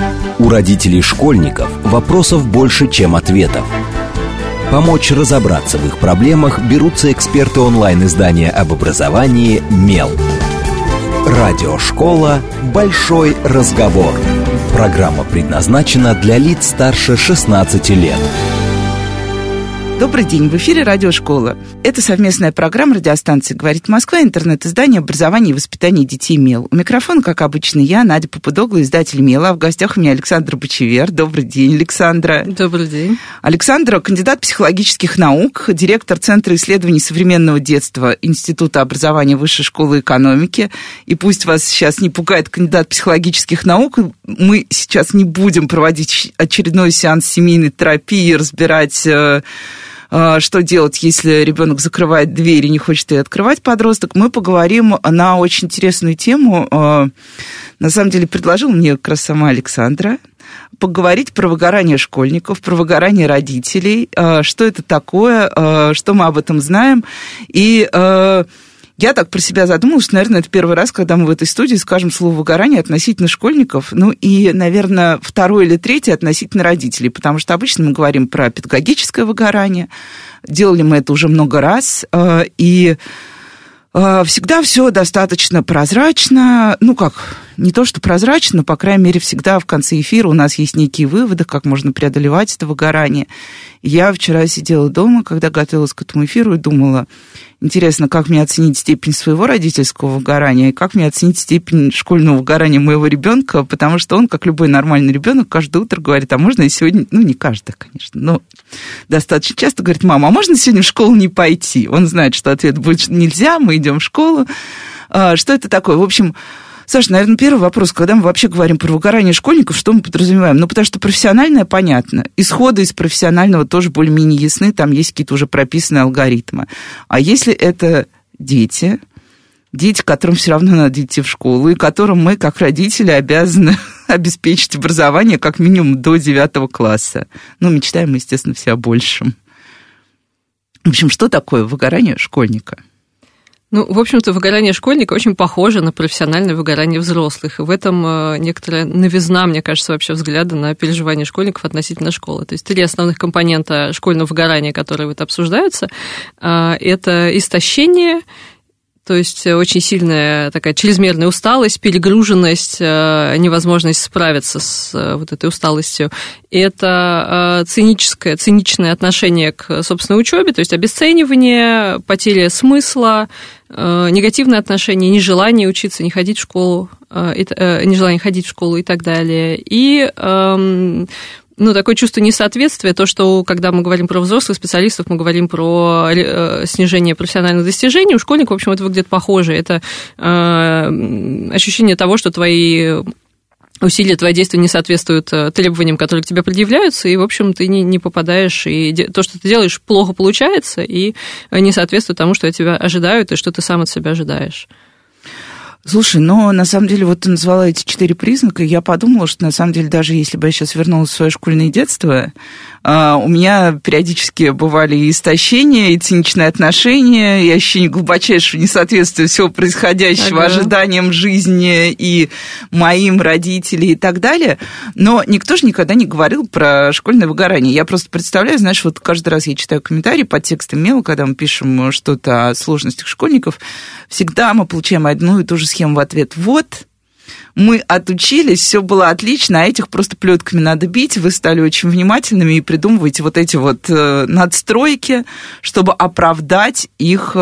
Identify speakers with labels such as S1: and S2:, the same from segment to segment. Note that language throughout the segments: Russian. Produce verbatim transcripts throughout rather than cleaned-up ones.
S1: У родителей школьников вопросов больше, чем ответов. Помочь разобраться в их проблемах берутся эксперты онлайн-издания об образовании «Мел». Радиошкола «Большой разговор». Программа предназначена для лиц старше шестнадцати лет.
S2: Добрый день, в эфире «Радиошкола». Это совместная программа радиостанции «Говорит Москва», интернет-издание образования и воспитания детей «Мел». У микрофона, как обычно, я, Надя Попудогла, издатель «Мела». А в гостях у меня Александра Бочевер. Добрый день, Александра.
S3: Добрый день.
S2: Александра – кандидат психологических наук, директор Центра исследований современного детства Института образования Высшей школы экономики. И пусть вас сейчас не пугает кандидат психологических наук, мы сейчас не будем проводить очередной сеанс семейной терапии, разбирать... что делать, если ребенок закрывает дверь и не хочет ее открывать, подросток. Мы поговорим на очень интересную тему. На самом деле, предложила мне как раз сама Александра поговорить про выгорание школьников, про выгорание родителей, что это такое, что мы об этом знаем. И я так про себя задумалась, что, наверное, это первый раз, когда мы в этой студии скажем слово «выгорание» относительно школьников, ну и, наверное, второй или третий относительно родителей, потому что обычно мы говорим про педагогическое выгорание, делали мы это уже много раз, и всегда все достаточно прозрачно, ну как, не то что прозрачно, но, по крайней мере, всегда в конце эфира у нас есть некие выводы, как можно преодолевать это выгорание. Я вчера сидела дома, когда готовилась к этому эфиру, и думала, интересно, как мне оценить степень своего родительского выгорания, и как мне оценить степень школьного выгорания моего ребенка, потому что он, как любой нормальный ребенок, каждое утро говорит, а можно я сегодня, ну не каждый, конечно, но достаточно часто говорит, мама, а можно сегодня в школу не пойти? Он знает, что ответ будет нельзя, мы идем в школу. Что это такое? В общем, Саша, наверное, первый вопрос, когда мы вообще говорим про выгорание школьников, что мы подразумеваем? Ну, потому что профессиональное понятно, исходы из профессионального тоже более-менее ясны, там есть какие-то уже прописанные алгоритмы. А если это дети, дети, которым все равно надо идти в школу, и которым мы, как родители, обязаны обеспечить образование как минимум до девятого класса. Ну, мечтаем мы, естественно, все о большем. В общем, что такое выгорание школьника?
S3: Ну, в общем-то, выгорание школьника очень похоже на профессиональное выгорание взрослых. И в этом некоторая новизна, мне кажется, вообще взгляда на переживания школьников относительно школы. То есть три основных компонента школьного выгорания, которые вот обсуждаются, это истощение, то есть очень сильная такая чрезмерная усталость, перегруженность, невозможность справиться с вот этой усталостью. Это циническое, циничное отношение к собственной учебе, то есть обесценивание, потеря смысла, негативное отношение, нежелание учиться, не ходить в школу, нежелание ходить в школу и так далее. И ну, такое чувство несоответствия, то, что, когда мы говорим про взрослых специалистов, мы говорим про снижение профессиональных достижений, у школьников, в общем, это выглядит похоже. Это ощущение того, что твои усилия, твои действия не соответствуют требованиям, которые к тебе предъявляются, и, в общем, ты не, не попадаешь, и то, что ты делаешь, плохо получается, и не соответствует тому, что от тебя ожидают, и что ты сам от себя ожидаешь.
S2: Слушай, но на самом деле вот ты назвала эти четыре признака, и я подумала, что на самом деле даже если бы я сейчас вернулась в свое школьное детство, у меня периодически бывали и истощения, и циничные отношения, и ощущение глубочайшего несоответствия всего происходящего, ага. ожиданиям жизни и моим родителям и так далее. Но никто же никогда не говорил про школьное выгорание. Я просто представляю, знаешь, вот каждый раз я читаю комментарии под текстом Мела, когда мы пишем что-то о сложностях школьников, всегда мы получаем одну и ту же схему в ответ. Вот, мы отучились, все было отлично, а этих просто плетками надо бить, вы стали очень внимательными и придумываете вот эти вот надстройки, чтобы оправдать их,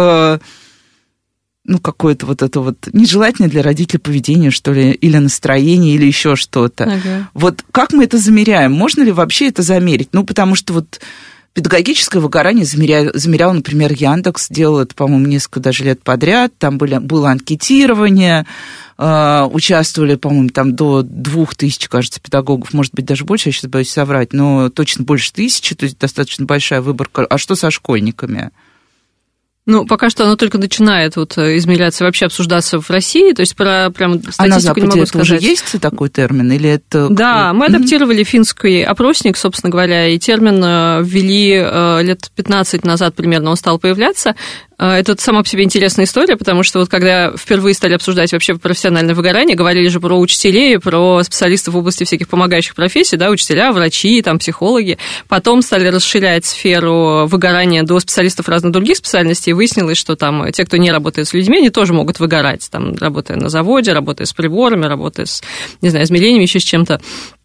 S2: ну, какое-то вот это вот нежелательное для родителей поведение, что ли, или настроение, или еще что-то. Ага. Вот как мы это замеряем? Можно ли вообще это замерить? Ну, потому что вот педагогическое выгорание замерял, замерял, например, Яндекс, делал это, по-моему, несколько даже лет подряд, там были, было анкетирование, э, участвовали, по-моему, там до двух тысяч, кажется, педагогов, может быть, даже больше, я сейчас боюсь соврать, но точно больше тысячи, то есть достаточно большая выборка. А что со школьниками?
S3: Ну, пока что оно только начинает вот измеряться, вообще обсуждаться в России, то есть про прям статистику
S2: а на Западе
S3: не могу
S2: это
S3: сказать.
S2: Уже есть такой термин, или это...
S3: Да, мы адаптировали mm-hmm. финский опросник, собственно говоря, и термин ввели лет пятнадцать назад примерно, он стал появляться. Это сама по себе интересная история, потому что вот когда впервые стали обсуждать вообще профессиональное выгорание, говорили же про учителей, про специалистов в области всяких помогающих профессий, да, учителя, врачи, там, психологи. Потом стали расширять сферу выгорания до специалистов разных других специальностей, и выяснилось, что там те, кто не работает с людьми, они тоже могут выгорать, там, работая на заводе, работая с приборами, работая с, не знаю, измерениями, еще с чем-то.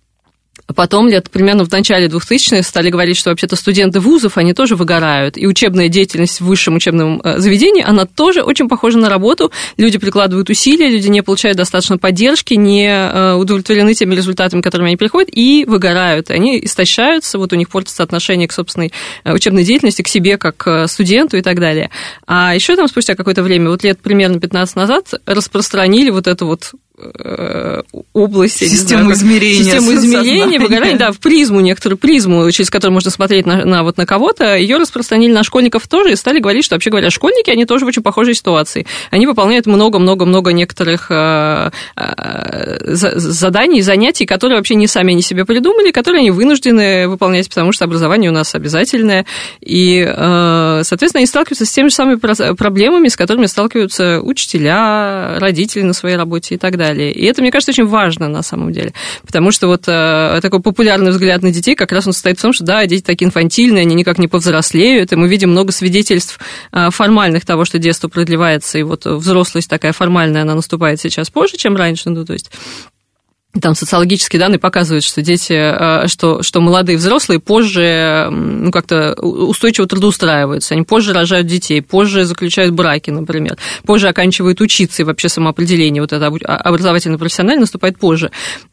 S3: Потом, лет примерно в начале двухтысячных, стали говорить, что вообще-то студенты вузов, они тоже выгорают, и учебная деятельность в высшем учебном заведении, она тоже очень похожа на работу, люди прикладывают усилия, люди не получают достаточно поддержки, не удовлетворены теми результатами, к которым они приходят, и выгорают, они истощаются, вот у них портится отношение к собственной учебной деятельности, к себе как студенту и так далее. А еще там спустя какое-то время, вот лет примерно пятнадцать назад, распространили вот эту вот область,
S2: систему измерения,
S3: систему измерения, выгорания, да, в призму, некоторую призму, через которую можно смотреть на, на, вот на кого-то, ее распространили на школьников тоже и стали говорить, что, вообще говоря, школьники, они тоже в очень похожей ситуации. Они выполняют много-много-много некоторых э, э, заданий, занятий, которые вообще не сами они себе придумали, которые они вынуждены выполнять, потому что образование у нас обязательное. И, э, соответственно, они сталкиваются с теми же самыми проблемами, с которыми сталкиваются учителя, родители на своей работе и так далее. И это, мне кажется, очень важно на самом деле, потому что вот э, такой популярный взгляд на детей как раз он состоит в том, что, да, дети такие инфантильные, они никак не повзрослеют, и мы видим много свидетельств э, формальных того, что детство продлевается, и вот взрослость такая формальная, она наступает сейчас позже, чем раньше, ну, то есть... Там социологические данные показывают, что дети, что, что молодые взрослые позже, ну, как-то устойчиво трудоустраиваются, они позже рожают детей, позже заключают браки, например, позже оканчивают учиться, и вообще самоопределение, вот это образовательно-профессиональное наступает позже.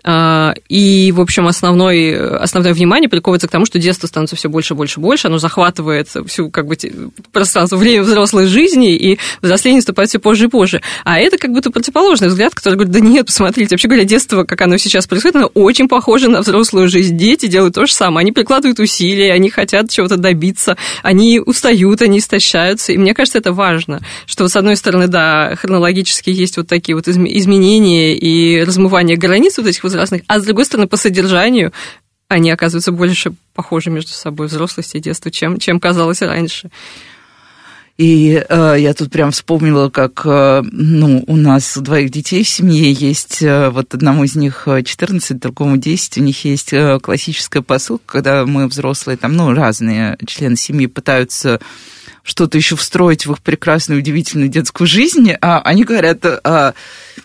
S3: И, в общем, основной, основное внимание приковывается к тому, что детство становится все больше, больше, больше, оно захватывает всю, как бы, пространство, время взрослой жизни, и взросление наступает все позже и позже. А это как будто противоположный взгляд, который говорит, да нет, посмотрите, вообще говоря, детство, как оно сейчас происходит, оно очень похоже на взрослую жизнь. Дети делают то же самое. Они прикладывают усилия, они хотят чего-то добиться, они устают, они истощаются. И мне кажется, это важно, что, с одной стороны, да, хронологически есть вот такие вот изменения и размывание границ вот этих возрастных, а с другой стороны, по содержанию они оказываются больше похожи между собой, взрослость и детство, чем, чем казалось раньше.
S2: И э, я тут прям вспомнила, как, э, ну, у нас двоих детей в семье есть, э, вот одному из них четырнадцать, другому десять, у них есть э, классическая посылка, когда мы взрослые, там, ну, разные члены семьи пытаются что-то еще встроить в их прекрасную, удивительную детскую жизнь, а они говорят... Э,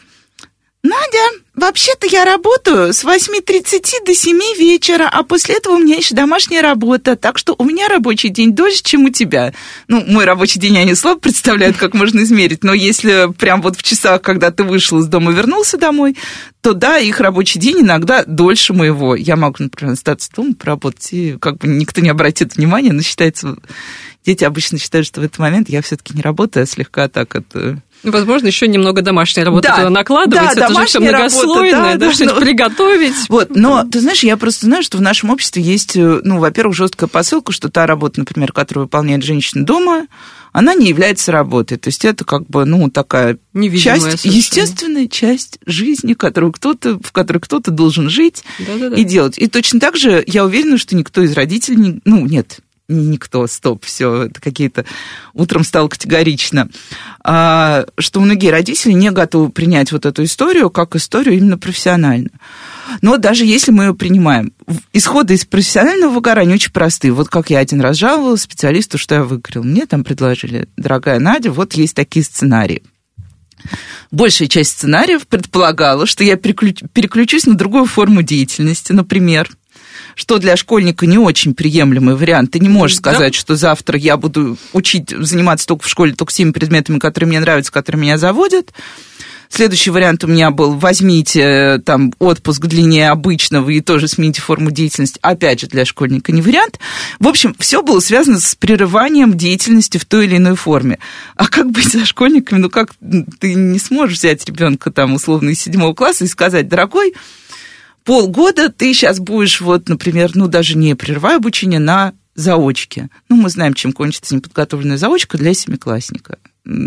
S2: Надя, вообще-то я работаю с восьми тридцати до семи вечера, а после этого у меня еще домашняя работа, так что у меня рабочий день дольше, чем у тебя. Ну, мой рабочий день они слабо представляют, как можно измерить, но если прям вот в часах, когда ты вышел из дома, вернулся домой, то да, их рабочий день иногда дольше моего. Я могу, например, остаться дома, поработать, и как бы никто не обратит внимания, но считается... Дети обычно считают, что в этот момент я все-таки не работаю, а слегка так это...
S3: Возможно, еще немного домашней работы
S2: да,
S3: туда накладывается,
S2: да,
S3: это же все многослойное,
S2: работа, да,
S3: да,
S2: да,
S3: что-нибудь
S2: но...
S3: приготовить.
S2: Вот, но, ты знаешь, я просто знаю, что в нашем обществе есть, ну, во-первых, жесткая посылка, что та работа, например, которую выполняет женщина дома, она не является работой. То есть это как бы, ну, такая невидимая часть, совершенно. Естественная часть жизни, которую кто-то, в которой кто-то должен жить да-да-да. И делать. И точно так же я уверена, что никто из родителей, ну, нет, никто, стоп, все, это какие-то... Утром стало категорично, а, что многие родители не готовы принять вот эту историю как историю именно профессиональную. Но даже если мы ее принимаем, исходы из профессионального выгорания очень простые. Вот как я один раз жаловалась специалисту, что я выгорел. Мне там предложили, дорогая Надя, вот есть такие сценарии. Большая часть сценариев предполагала, что я переключ... переключусь на другую форму деятельности, например, что для школьника не очень приемлемый вариант. Ты не можешь да. сказать, что завтра я буду учить, заниматься только в школе, только с теми предметами, которые мне нравятся, которые меня заводят. Следующий вариант у меня был: возьмите там отпуск длиннее обычного и тоже смените форму деятельности. Опять же, для школьника не вариант. В общем, все было связано с прерыванием деятельности в той или иной форме. А как быть со школьниками? Ну, как ты не сможешь взять ребенка там условно из седьмого класса и сказать: дорогой, полгода ты сейчас будешь, вот, например, ну, даже не прерывая обучение, на заочке. Ну, мы знаем, чем кончится неподготовленная заочка для семиклассника.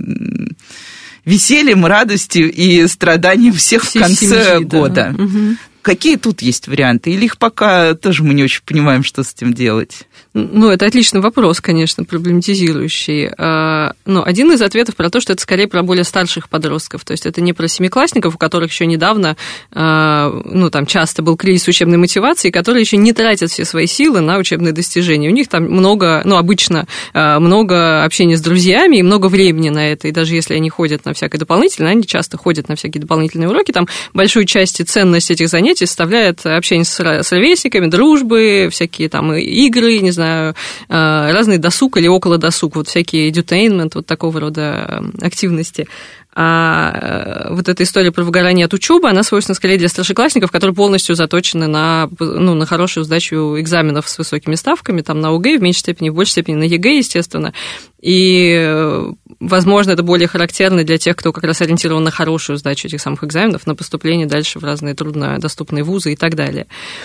S2: Весельем, радостью и страданием всех Все в конце семьи, года. Да. Угу. Какие тут есть варианты? Или их пока тоже мы не очень понимаем, что с этим делать?
S3: Ну, это отличный вопрос, конечно, проблематизирующий. Но один из ответов про то, что это скорее про более старших подростков. То есть это не про семиклассников, у которых еще недавно, ну, там часто был кризис учебной мотивации, которые еще не тратят все свои силы на учебные достижения. У них там много, ну, обычно много общения с друзьями и много времени на это. И даже если они ходят на всякое дополнительное, они часто ходят на всякие дополнительные уроки, там большую часть и ценность этих занятий составляет общение с ровесниками, дружбы, всякие там игры, не знаю, разный досуг или около досуг, вот всякие edutainment, вот такого рода активности. А вот эта история про выгорание от учебы, она свойственна скорее для старшеклассников, которые полностью заточены на, ну, на хорошую сдачу экзаменов с высокими ставками, там на ОГЭ, в меньшей степени, в большей степени на ЕГЭ, естественно. И, возможно, это более характерно для тех, кто как раз ориентирован на хорошую сдачу этих самых экзаменов, на поступление дальше в разные труднодоступные вузы и так далее.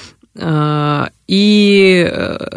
S3: И,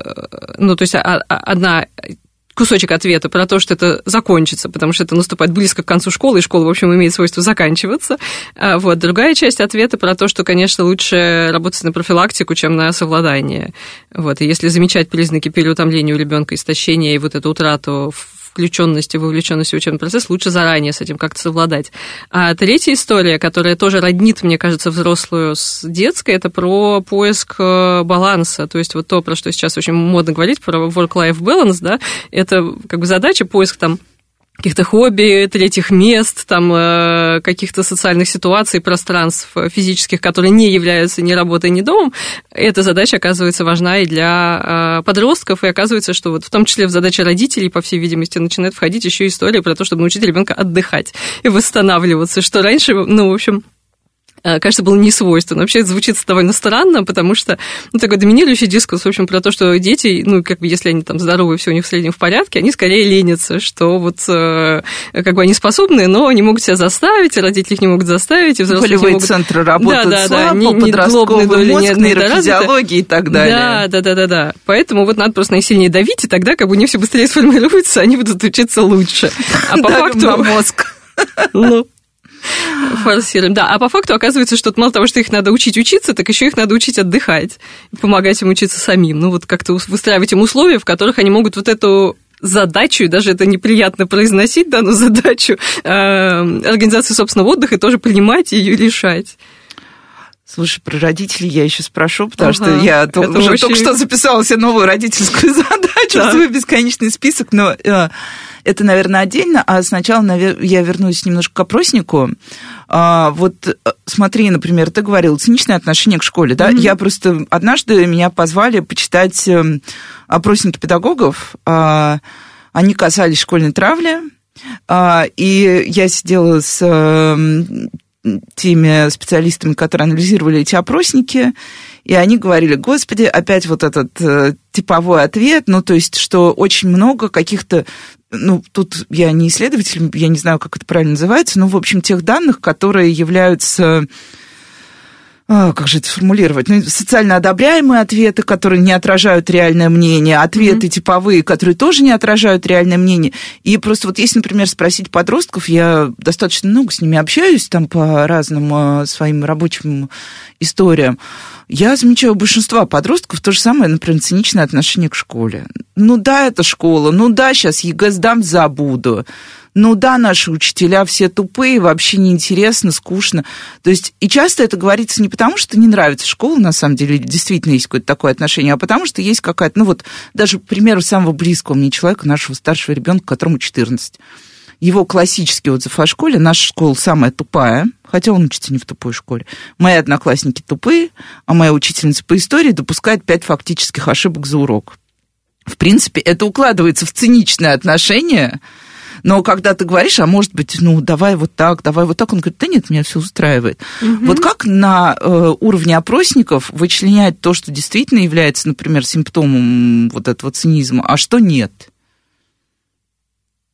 S3: ну, то есть одна... кусочек ответа про то, что это закончится, потому что это наступает близко к концу школы, и школа, в общем, имеет свойство заканчиваться. Вот. Другая часть ответа про то, что, конечно, лучше работать на профилактику, чем на совладание. Вот. И если замечать признаки переутомления у ребенка, истощения и вот эту утрату включенности, вовлеченности в учебный процесс, лучше заранее с этим как-то совладать. А третья история, которая тоже роднит, мне кажется, взрослую с детской, это про поиск баланса. То есть вот то, про что сейчас очень модно говорить, про work-life balance, да, это как бы задача, поиск там каких-то хобби, третьих мест, там, каких-то социальных ситуаций, пространств физических, которые не являются ни работой, ни домом. Эта задача, оказывается, важна и для подростков, и оказывается, что вот в том числе в задачи родителей, по всей видимости, начинает входить еще история про то, чтобы научить ребенка отдыхать и восстанавливаться, что раньше, ну, в общем... кажется, было не свойственно. Вообще это звучит довольно странно, потому что ну, такой доминирующий дискурс, в общем, про то, что дети, ну, как бы, если они там здоровы, все у них в среднем в порядке, они скорее ленятся, что вот как бы они способны, но не могут себя заставить, родители их не могут заставить, и взрослые
S2: Болевые
S3: могут...
S2: центры работают
S3: да, да,
S2: слабо,
S3: да, не,
S2: подростковый
S3: доли,
S2: мозг,
S3: не,
S2: нейрофизиология и так далее.
S3: Да, да, да, да, да. Поэтому вот надо просто наисильнее давить, и тогда как бы они все быстрее сформируются, они будут учиться лучше. А по факту...
S2: мозг.
S3: Ну... Форсируем, да. А по факту оказывается, что мало того, что их надо учить учиться, так еще их надо учить отдыхать, помогать им учиться самим. Ну, вот как-то выстраивать им условия, в которых они могут вот эту задачу, и даже это неприятно произносить, да, но задачу э, организации собственного отдыха тоже принимать и ее решать.
S2: Слушай, про родителей я еще спрошу, потому ага, что я уже
S3: очень...
S2: только что записала себе новую родительскую задачу, да. Свой бесконечный список, но э, это, наверное, отдельно. А сначала навер... я вернусь немножко к опроснику. А, вот смотри, например, ты говорил, циничное отношение к школе, да? Mm-hmm. Я просто... Однажды меня позвали почитать опросники педагогов. А, они касались школьной травли. А, и я сидела с... теми специалистами, которые анализировали эти опросники, и они говорили, господи, опять вот этот э, типовой ответ, ну, то есть, что очень много каких-то, ну, тут я не исследователь, я не знаю, как это правильно называется, но, в общем, тех данных, которые являются... Как же это сформулировать? Ну, социально одобряемые ответы, которые не отражают реальное мнение, ответы mm-hmm. типовые, которые тоже не отражают реальное мнение. И просто вот если, например, спросить подростков, я достаточно много с ними общаюсь там по разным своим рабочим историям, я замечаю у большинства подростков то же самое, например, циничное отношение к школе. Ну да, это школа, ну да, сейчас ЕГЭ сдам, забуду. Ну да, наши учителя все тупые, вообще неинтересно, скучно. То есть, и часто это говорится не потому, что не нравится школа, на самом деле, действительно есть какое-то такое отношение, а потому что есть какая-то, ну вот, даже, к примеру, самого близкого мне человека, нашего старшего ребенка, которому четырнадцать. Его классический отзыв о школе: наша школа самая тупая, хотя он учится не в тупой школе. Мои одноклассники тупые, а моя учительница по истории допускает пять фактических ошибок за урок. В принципе, это укладывается в циничное отношение. Но когда ты говоришь, а может быть, ну, давай вот так, давай вот так, он говорит, да нет, меня все устраивает. Угу. Вот как на э, уровне опросников вычленять то, что действительно является, например, симптомом вот этого цинизма, а что нет?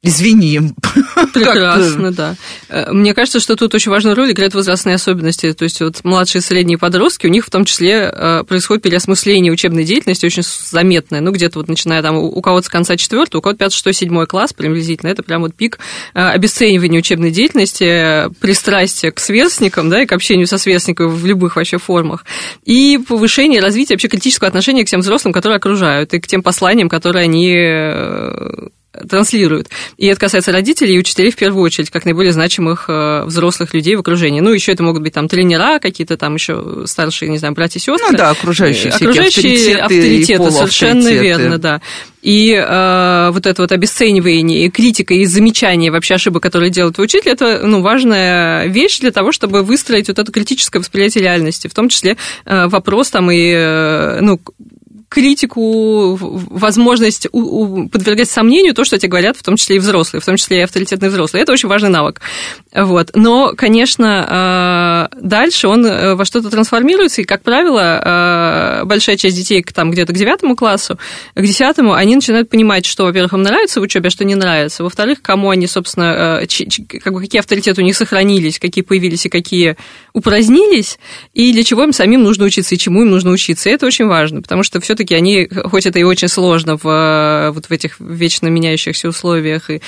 S2: Извини.
S3: Прекрасно, да. Мне кажется, что тут очень важную роль играют возрастные особенности. То есть вот младшие и средние подростки, у них в том числе происходит переосмысление учебной деятельности очень заметное. Ну, где-то вот начиная там у кого-то с конца четвертого, у кого-то пятый, шестой, седьмой класс приблизительно. Это прям вот пик обесценивания учебной деятельности, пристрастия к сверстникам, да, и к общению со сверстниками в любых вообще формах. И повышение развития вообще критического отношения к тем взрослым, которые окружают, и к тем посланиям, которые они транслируют. И это касается родителей и учителей в первую очередь, как наиболее значимых взрослых людей в окружении. Ну, еще это могут быть там тренера, какие-то там еще старшие, не знаю, братья и сестры.
S2: Ну да, окружающие,
S3: окружающие авторитеты, авторитеты совершенно верно, да. И э, вот это вот обесценивание, и критика, и замечание вообще ошибок, которые делает твой учитель, это, ну, важная вещь для того, чтобы выстроить вот это критическое восприятие реальности, в том числе э, вопрос там и, э, ну, критику, возможность подвергать сомнению то, что тебе говорят, в том числе и взрослые, в том числе и авторитетные взрослые. Это очень важный навык. Вот. Но, конечно, дальше он во что-то трансформируется, и, как правило, большая часть детей там, где-то к девятому классу, к десятому, они начинают понимать, что, во-первых, им нравится в учебе, а что не нравится. Во-вторых, кому они, собственно, как бы, какие авторитеты у них сохранились, какие появились и какие упразднились, и для чего им самим нужно учиться, и чему им нужно учиться. И это очень важно, потому что все-таки они, хоть это и очень сложно в, вот в этих вечно меняющихся условиях и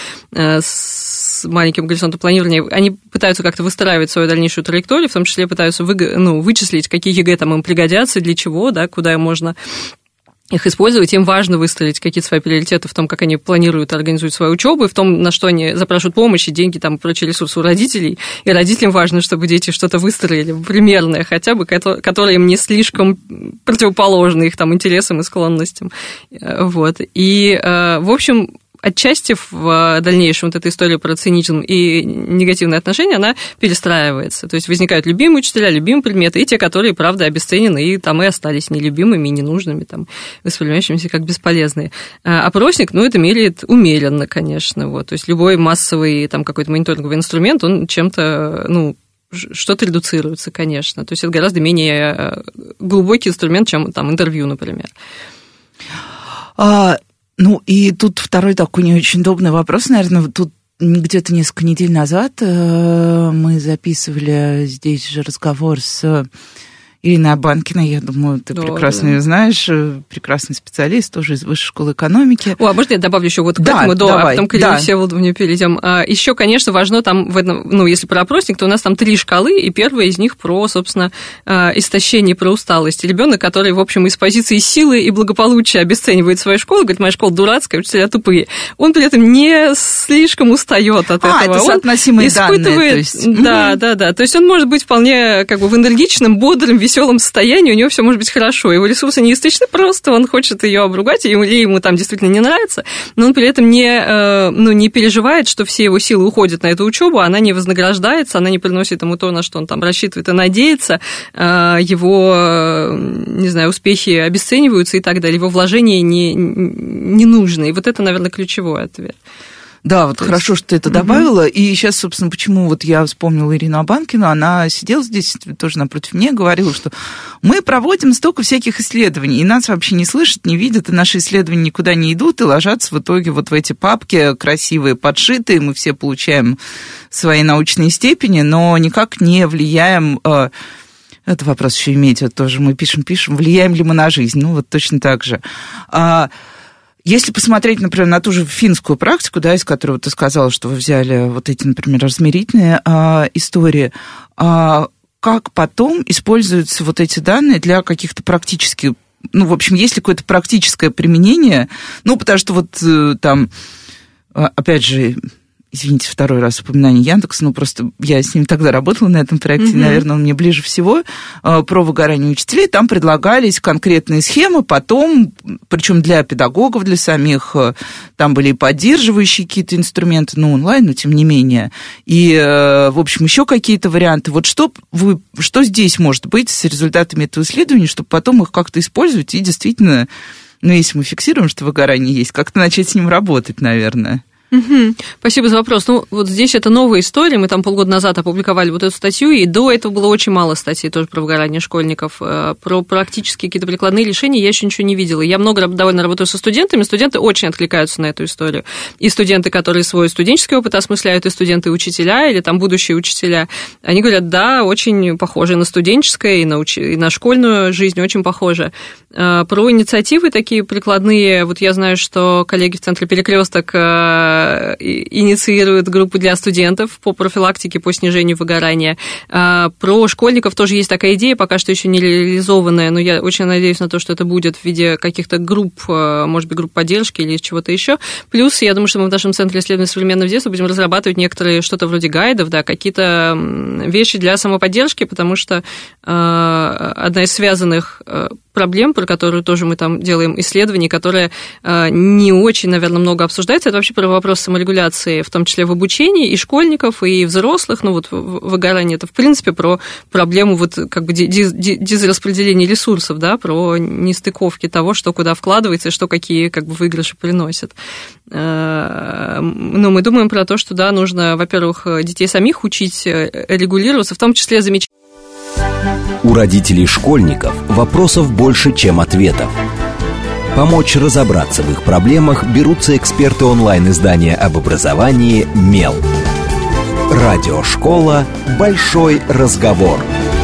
S3: с маленьким горизонтом планирования, они пытаются как-то выстраивать свою дальнейшую траекторию, в том числе пытаются вы, ну, вычислить, какие ЕГЭ там им пригодятся, для чего, да, куда можно их использовать. Им важно выстроить какие-то свои приоритеты в том, как они планируют, организуют свою учебу, и в том, на что они запрашивают помощь, и деньги, там, и прочие ресурсы у родителей. И родителям важно, чтобы дети что-то выстроили примерное хотя бы, которое им не слишком противоположно их там интересам и склонностям. Вот. И, в общем, отчасти в дальнейшем вот эта история про цинизм и негативные отношения, она перестраивается. То есть возникают любимые учителя, любимые предметы, и те, которые, правда, обесценены и там и остались нелюбимыми, и ненужными, там, воспринимающимися как бесполезные. А опросник, ну, это меряет умеренно, конечно. Вот. То есть любой массовый там какой-то мониторинговый инструмент, он чем-то, ну, что-то редуцируется, конечно. То есть это гораздо менее глубокий инструмент, чем там интервью, например.
S2: А... Ну, и тут второй такой не очень удобный вопрос, наверное, тут где-то несколько недель назад мы записывали здесь же разговор с Ириной Абанкиной, я думаю, ты да, прекрасно да. ее знаешь, прекрасный специалист, тоже из Высшей школы экономики.
S3: О, а можно я добавлю еще вот к
S2: да,
S3: этому, до,
S2: давай,
S3: а потом к Ирине да. Всеволодовне перейдем. Еще, конечно, важно там, в этом, ну, если про опросник, то у нас там три шкалы, и первая из них про, собственно, истощение, про усталость. Ребенок, который, в общем, из позиции силы и благополучия обесценивает свою школу, говорит, моя школа дурацкая, учителя тупые. Он при этом не слишком устает от
S2: а,
S3: этого.
S2: Это соотносимые
S3: он испытывает,
S2: данные. То есть...
S3: Да, mm-hmm. да, да. То есть он может быть вполне как бы в энергичном, бодром, веселом состоянии, у него все может быть хорошо, его ресурсы не истощены, просто он хочет ее обругать, или ему там действительно не нравится, но он при этом не, ну, не переживает, что все его силы уходят на эту учебу, она не вознаграждается, она не приносит ему то, на что он там рассчитывает и надеется, его, не знаю, успехи обесцениваются и так далее, его вложения не, не нужны. И вот это, наверное, ключевой ответ.
S2: Да, вот то хорошо, есть... что ты это добавила. Угу. И сейчас, собственно, почему вот я вспомнила Ирину Абанкину, она сидела здесь тоже напротив меня, говорила, что мы проводим столько всяких исследований, и нас вообще не слышат, не видят, и наши исследования никуда не идут, и ложатся в итоге вот в эти папки красивые, подшитые, мы все получаем свои научные степени, но никак не влияем... Это вопрос еще имеете, тоже мы пишем-пишем, влияем ли мы на жизнь, ну вот точно так же. Если посмотреть, например, на ту же финскую практику, да, из которой ты сказала, что вы взяли вот эти, например, размерительные а, истории, а, как потом используются вот эти данные для каких-то практических, ну, в общем, есть ли какое-то практическое применение, ну, потому что вот там, опять же, извините, второй раз упоминание Яндекса, ну, просто я с ним тогда работала на этом проекте, mm-hmm. наверное, он мне ближе всего, про выгорание учителей, там предлагались конкретные схемы, потом, причем для педагогов, для самих, там были и поддерживающие какие-то инструменты, ну, онлайн, но тем не менее, и, в общем, еще какие-то варианты. Вот что, вы, что здесь может быть с результатами этого исследования, чтобы потом их как-то использовать и действительно, ну, если мы фиксируем, что выгорание есть, как-то начать с ним работать, наверное.
S3: Угу. Спасибо за вопрос. Ну, вот здесь это новая история. Мы там полгода назад опубликовали вот эту статью, и до этого было очень мало статей тоже про выгорание школьников. Про практически какие-то прикладные решения я еще ничего не видела. Я много довольно работаю со студентами. Студенты очень откликаются на эту историю. И студенты, которые свой студенческий опыт осмысляют, и студенты, и учителя, или там будущие учителя, они говорят, да, очень похоже на студенческое, и на, уч... и на школьную жизнь очень похоже. Про инициативы такие прикладные. Вот я знаю, что коллеги в Центре «Перекресток» инициируют группу для студентов по профилактике, по снижению выгорания. Про школьников тоже есть такая идея, пока что еще не реализованная, но я очень надеюсь на то, что это будет в виде каких-то групп, может быть, групп поддержки или чего-то еще. Плюс, я думаю, что мы в нашем Центре исследования современного детства будем разрабатывать некоторые, что-то вроде гайдов, да, какие-то вещи для самоподдержки, потому что одна из связанных проблем, про которую тоже мы там делаем исследования, которая не очень, наверное, много обсуждается, это вообще про вопрос саморегуляции, в том числе в обучении и школьников, и взрослых, ну вот выгорание, это в принципе про проблему вот как бы дизраспределения ресурсов, да, про нестыковки того, что куда вкладывается и что какие как бы выигрыши приносит. Ну, мы думаем про то, что, да, нужно, во-первых, детей самих учить регулироваться, в том числе замечать.
S1: У родителей школьников вопросов больше, чем ответов. Помочь разобраться в их проблемах берутся эксперты онлайн-издания об образовании «Мел». Радиошкола «Большой разговор».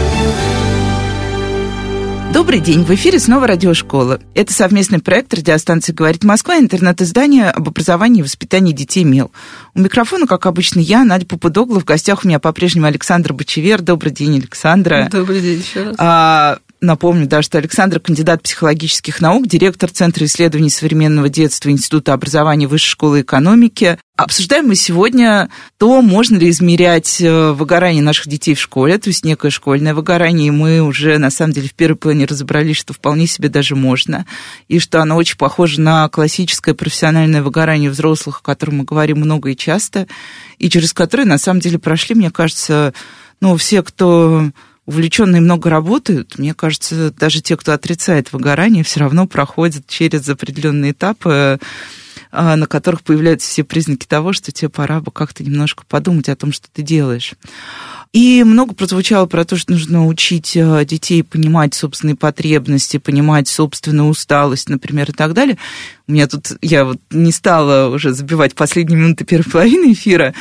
S2: Добрый день, в эфире снова Радиошкола. Это совместный проект радиостанции «Говорит Москва» и интернет-издание об образовании и воспитании детей «Мел». У микрофона, как обычно, я, Надя Попудогла. В гостях у меня по-прежнему Александр Бочевер. Добрый день, Александра.
S3: Добрый день еще раз.
S2: А, напомню, да, что Александр – кандидат психологических наук, директор Центра исследований современного детства Института образования Высшей школы экономики. Обсуждаем мы сегодня то, можно ли измерять выгорание наших детей в школе, то есть некое школьное выгорание, и мы уже, на самом деле, в первой плане разобрались, что вполне себе даже можно, и что оно очень похоже на классическое профессиональное выгорание взрослых, о котором мы говорим много и часто, и через которое, на самом деле, прошли, мне кажется, ну, все, кто увлеченные много работают, мне кажется, даже те, кто отрицает выгорание, все равно проходят через определенные этапы, на которых появляются все признаки того, что тебе пора бы как-то немножко подумать о том, что ты делаешь. И много прозвучало про то, что нужно учить детей понимать собственные потребности, понимать собственную усталость, например, и так далее. У меня тут, я вот не стала уже забивать последние минуты первой половины эфира,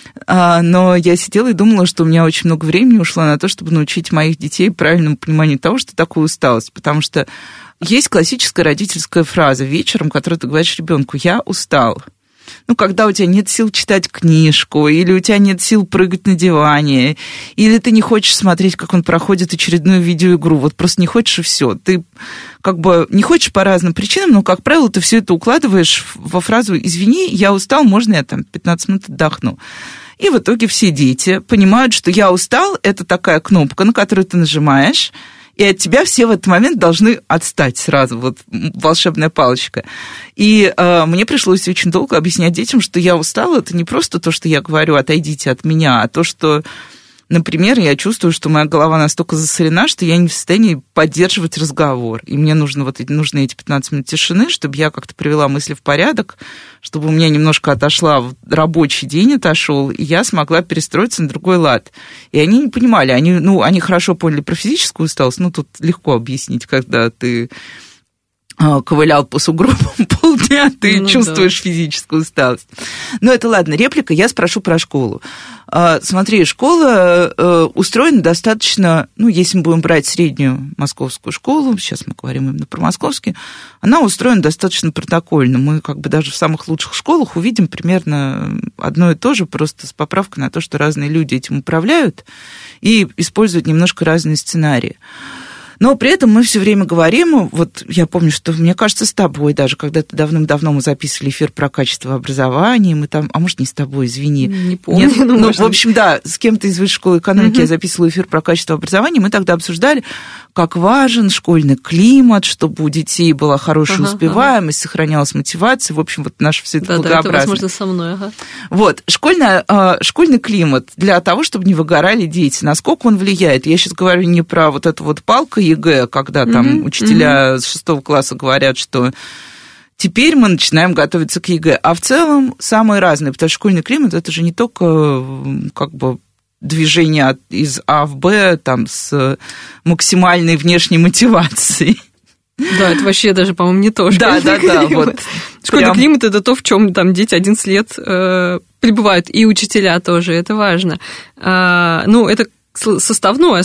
S2: но я сидела и думала, что у меня очень много времени ушло на то, чтобы научить моих детей правильному пониманию того, что такое усталость, потому что есть классическая родительская фраза вечером, которую ты говоришь ребенку: «Я устал». Ну, когда у тебя нет сил читать книжку, или у тебя нет сил прыгать на диване, или ты не хочешь смотреть, как он проходит очередную видеоигру, вот просто не хочешь, и все. Ты как бы не хочешь по разным причинам, но, как правило, ты все это укладываешь во фразу: «Извини, я устал, можно я там пятнадцать минут отдохну?» И в итоге все дети понимают, что «я устал» — это такая кнопка, на которую ты нажимаешь, и от тебя все в этот момент должны отстать сразу, вот волшебная палочка. И э, мне пришлось очень долго объяснять детям, что я устала, это не просто то, что я говорю «отойдите от меня», а то, что, например, я чувствую, что моя голова настолько засорена, что я не в состоянии поддерживать разговор. И мне нужно вот, нужны эти пятнадцать минут тишины, чтобы я как-то привела мысли в порядок, чтобы у меня немножко отошла, рабочий день отошел, и я смогла перестроиться на другой лад. И они не понимали, они, ну, они хорошо поняли про физическую усталость, ну, тут легко объяснить, когда ты ковылял по сугробам полдня, ты ну, чувствуешь да. физическую усталость. Но это ладно, реплика, я спрошу про школу. Смотри, школа устроена достаточно, ну, если мы будем брать среднюю московскую школу, сейчас мы говорим именно про московские, она устроена достаточно протокольно. Мы как бы даже в самых лучших школах увидим примерно одно и то же, просто с поправкой на то, что разные люди этим управляют и используют немножко разные сценарии. Но при этом мы все время говорим, вот я помню, что, мне кажется, с тобой даже, когда-то давным-давно мы записывали эфир про качество образования, мы там, а может, не с тобой, извини.
S3: Не помню. Нет,
S2: ну, ну в общем, да, с кем-то из Высшей школы экономики угу. я записывала эфир про качество образования, мы тогда обсуждали, как важен школьный климат, чтобы у детей была хорошая ага, успеваемость, ага. сохранялась мотивация, в общем, вот наше все это
S3: да,
S2: благообразное.
S3: Да, это, возможно, со мной, ага.
S2: Вот, школьный, школьный климат для того, чтобы не выгорали дети, насколько он влияет? Я сейчас говорю не про вот эту вот палку ЕГЭ, когда там mm-hmm. учителя mm-hmm. с шестого класса говорят, что теперь мы начинаем готовиться к ЕГЭ. А в целом самые разные, потому что школьный климат – это же не только как бы движение из А в Б там, с максимальной внешней мотивацией.
S3: Да, это вообще даже, по-моему, не то.
S2: Да, да, да. Вот
S3: школьный
S2: прям...
S3: климат – это то, в чем там дети одиннадцать лет э, пребывают, и учителя тоже, это важно. А, ну, это составное,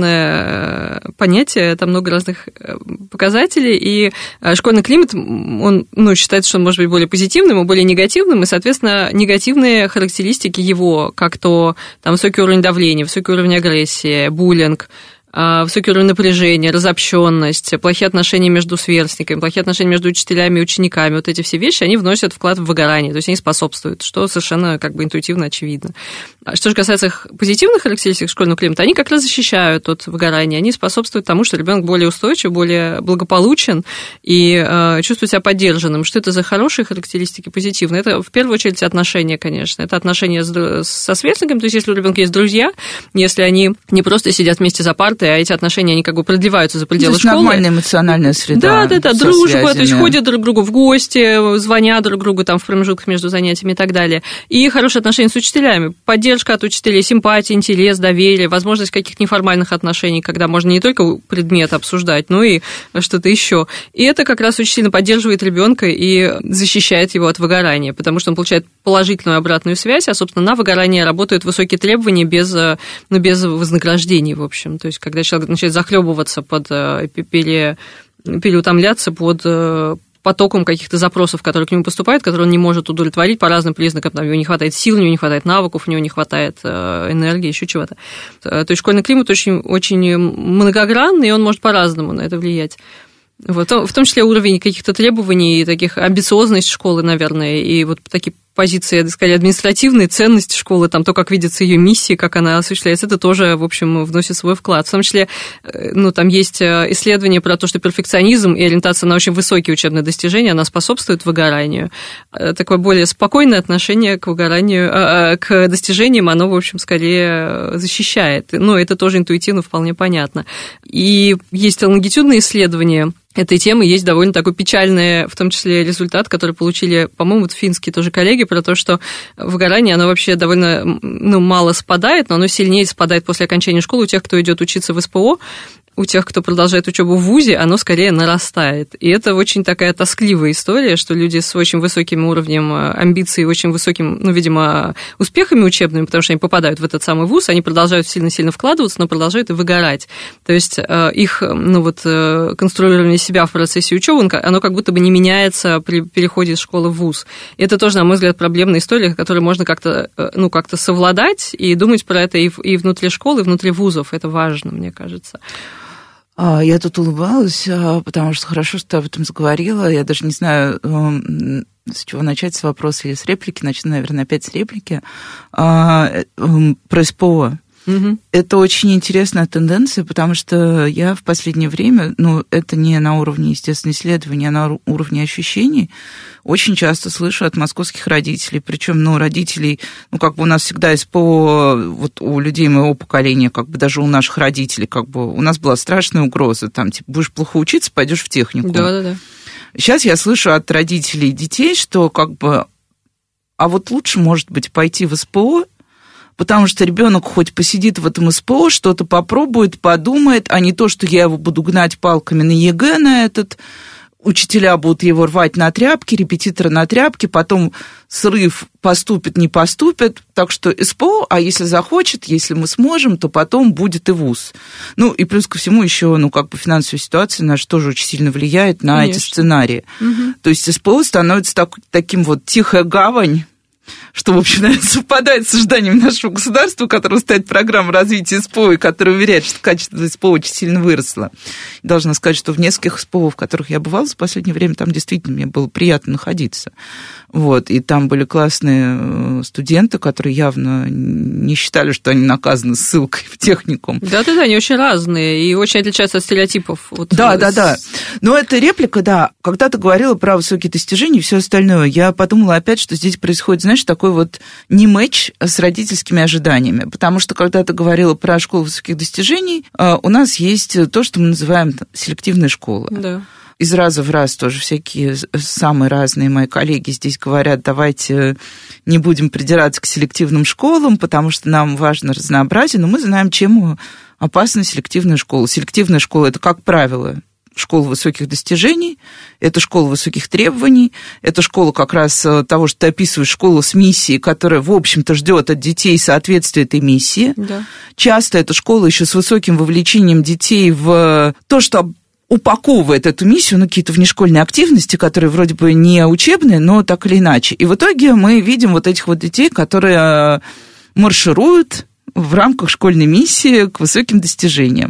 S3: сложное понятие, там много разных показателей, и школьный климат, он ну, считается, что он может быть более позитивным и более негативным, и, соответственно, негативные характеристики его, как то там, высокий уровень давления, высокий уровень агрессии, буллинг, высокий уровень напряжения, разобщенность, плохие отношения между сверстниками, плохие отношения между учителями и учениками, вот эти все вещи, они вносят вклад в выгорание, то есть они способствуют, что совершенно как бы интуитивно очевидно. Что же касается их позитивных характеристик школьного климата, они как раз защищают от выгорания, они способствуют тому, что ребенок более устойчив, более благополучен и э, чувствует себя поддержанным. Что это за хорошие характеристики, позитивные? Это в первую очередь отношения, конечно. Это отношения с, со сверстниками, то есть если у ребенка есть друзья, если они не просто сидят вместе за партой, а эти отношения, они как бы продлеваются за пределы школы.
S2: Нормальная эмоциональная среда.
S3: Да, да, да, дружба, то есть ходят друг к другу в гости, звонят друг другу там в промежутках между занятиями и так далее. И хорошие отношения с учителями, поддержка от учителей, симпатия, интерес, доверие, возможность каких-то неформальных отношений, когда можно не только предмет обсуждать, но и что-то еще. И это как раз очень сильно поддерживает ребенка и защищает его от выгорания, потому что он получает положительную обратную связь, а, собственно, на выгорание работают высокие требования без, ну, без вознаграждений, в общем. То есть, когда человек начинает захлебываться под, пере, переутомляться под потоком каких-то запросов, которые к нему поступают, которые он не может удовлетворить по разным признакам. Там, у него не хватает сил, у него не хватает навыков, у него не хватает энергии, еще чего-то. То есть школьный климат очень, очень многогранный, и он может по-разному на это влиять. Вот, в том числе уровень каких-то требований, таких амбициозность школы, наверное, и вот такие позиции, скорее, административные ценности школы, там, то, как видится ее миссия, как она осуществляется, это тоже, в общем, вносит свой вклад. В том числе, ну, там есть исследования про то, что перфекционизм и ориентация на очень высокие учебные достижения, она способствует выгоранию. Такое более спокойное отношение к выгоранию, к достижениям, оно, в общем, скорее защищает. Но это тоже интуитивно вполне понятно. И есть лонгитюдные исследования этой темы, есть довольно такой печальный, в том числе, результат, который получили, по-моему, финские тоже коллеги, про то, что выгорание, оно вообще довольно, ну, мало спадает, но оно сильнее спадает после окончания школы у тех, кто идет учиться в СПО, у тех, кто продолжает учебу в вузе, оно скорее нарастает. И это очень такая тоскливая история, что люди с очень высоким уровнем амбиций, очень высоким, ну, видимо, успехами учебными, потому что они попадают в этот самый вуз, они продолжают сильно-сильно вкладываться, но продолжают и выгорать. То есть их, ну, вот, конструирование себя в процессе учебы, оно как будто бы не меняется при переходе из школы в вуз. И это тоже, на мой взгляд, проблемная история, с которой можно как-то, ну, как-то совладать и думать про это и внутри школы, и внутри вузов. Это важно, мне кажется.
S2: Я тут улыбалась, потому что хорошо, что ты об этом заговорила. Я даже не знаю, с чего начать, с вопроса или с реплики. Начну, наверное, опять с реплики. Про СПО. Угу. Это очень интересная тенденция, потому что я в последнее время, ну, это не на уровне, естественно, исследований, а на уровне ощущений, очень часто слышу от московских родителей, причем, ну, родителей, ну, как бы у нас всегда СПО, вот у людей моего поколения, как бы даже у наших родителей, как бы у нас была страшная угроза, там, типа, будешь плохо учиться, пойдешь в техникум.
S3: Да-да-да.
S2: Сейчас я слышу от родителей детей, что, как бы, а вот лучше, может быть, пойти в СПО, потому что ребенок хоть посидит в этом СПО, что-то попробует, подумает, а не то, что я его буду гнать палками на ЕГЭ на этот, учителя будут его рвать на тряпки, репетиторы на тряпки, потом срыв, поступит, не поступит, так что СПО, а если захочет, если мы сможем, то потом будет и вуз. Ну, и плюс ко всему еще, ну, как бы финансовая ситуация наша тоже очень сильно влияет на Конечно. Эти сценарии. Угу. То есть СПО становится так, таким вот тихая гавань, что, в общем, наверное, совпадает с ожиданиями нашего государства, у которого стоит программа развития СПО, и которая уверяет, что качество СПО очень сильно выросло. Должна сказать, что в нескольких СПО, в которых я бывала в последнее время, там действительно мне было приятно находиться. Вот, и там были классные студенты, которые явно не считали, что они наказаны ссылкой в техникум.
S3: Да-да-да, они очень разные и очень отличаются от стереотипов. Вот
S2: да-да-да. С... Но эта реплика, да, когда ты говорила про высокие достижения и все остальное, я подумала опять, что здесь происходит, знаешь, такой вот не матч с родительскими ожиданиями, потому что когда ты говорила про школу высоких достижений, у нас есть то, что мы называем селективная школа.
S3: Да.
S2: из раза в раз тоже всякие самые разные мои коллеги здесь говорят, давайте не будем придираться к селективным школам, потому что нам важно разнообразие, но мы знаем, чем опасна селективная школа. Селективная школа – это, как правило, школа высоких достижений, это школа высоких требований, это школа как раз того, что ты описываешь, школа с миссией, которая, в общем-то, ждет от детей соответствия этой миссии. Да. Часто это школа еще с высоким вовлечением детей в то, что упаковывает эту миссию, ну, какие-то внешкольные активности, которые вроде бы не учебные, но так или иначе. И в итоге мы видим вот этих вот детей, которые маршируют в рамках школьной миссии к высоким достижениям.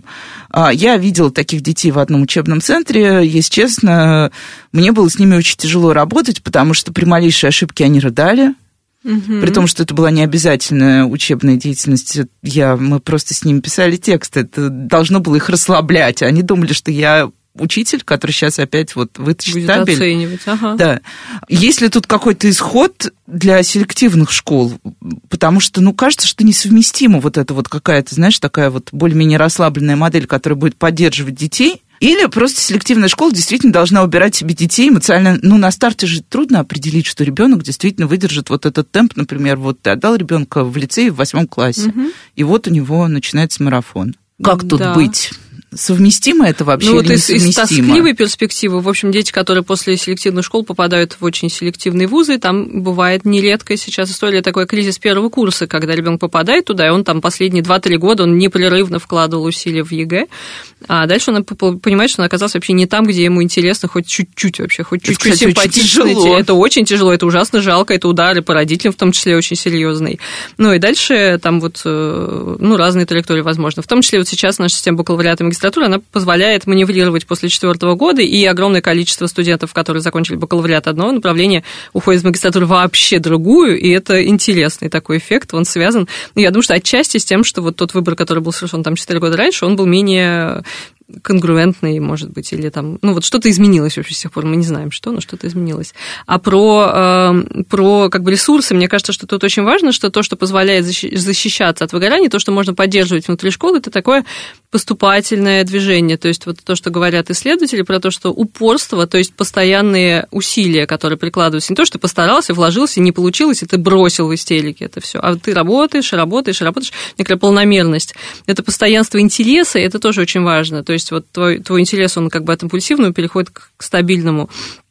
S2: Я видела таких детей в одном учебном центре. Если честно, мне было с ними очень тяжело работать, потому что при малейшей ошибке они рыдали. Угу. При том, что это была необязательная учебная деятельность. Я, мы просто с ними писали тексты. Это должно было их расслаблять. Они думали, что я учитель, который сейчас опять вот вытащит
S3: будет
S2: табель.
S3: Оценивать. Ага.
S2: Да. Есть ли тут какой-то исход для селективных школ? Потому что, ну, кажется, что несовместима вот эта вот какая-то, знаешь, такая вот более-менее расслабленная модель, которая будет поддерживать детей. Или просто селективная школа действительно должна убирать себе детей эмоционально. Ну, на старте же трудно определить, что ребенок действительно выдержит вот этот темп. Например, вот ты отдал ребенка в лицей в восьмом классе, угу. и вот у него начинается марафон. Как тут да. быть? Совместимо это вообще
S3: ну,
S2: или
S3: вот из,
S2: несовместимо?
S3: Из тоскливой перспективы, в общем, дети, которые после селективных школ попадают в очень селективные вузы, там бывает нередко сейчас история такой кризис первого курса, когда ребенок попадает туда, и он там последние два-три года, он непрерывно вкладывал усилия в ЕГЭ, а дальше он понимает, что он оказался вообще не там, где ему интересно, хоть чуть-чуть вообще, хоть чуть-чуть это, симпатично. Это очень тяжело, это ужасно жалко, это удары по родителям, в том числе, очень серьезные. Ну и дальше там вот, ну, разные траектории возможны. В том числе вот сейчас наша система бакалавриата и магистратуры, она позволяет маневрировать после четвертого года, и огромное количество студентов, которые закончили бакалавриат одного направления, уходит в магистратуру вообще другую, и это интересный такой эффект, он связан, ну, я думаю, что отчасти с тем, что вот тот выбор, который был совершен там четыре года раньше, он был менее конгруентный, может быть, или там, ну, вот что-то изменилось вообще с тех пор, мы не знаем, что, но что-то изменилось. А про, э, про как бы ресурсы, мне кажется, что тут очень важно, что то, что позволяет защищаться от выгорания, то, что можно поддерживать внутри школы, это такое поступательное движение, то есть вот то, что говорят исследователи про то, что упорство, то есть постоянные усилия, которые прикладываются, не то, что ты постарался, вложился, не получилось, и ты бросил в истерике это все, а ты работаешь, работаешь, работаешь, некая полномерность. Это постоянство интереса, и это тоже очень важно, то есть вот твой, твой интерес, он как бы от импульсивного переходит к стабильному.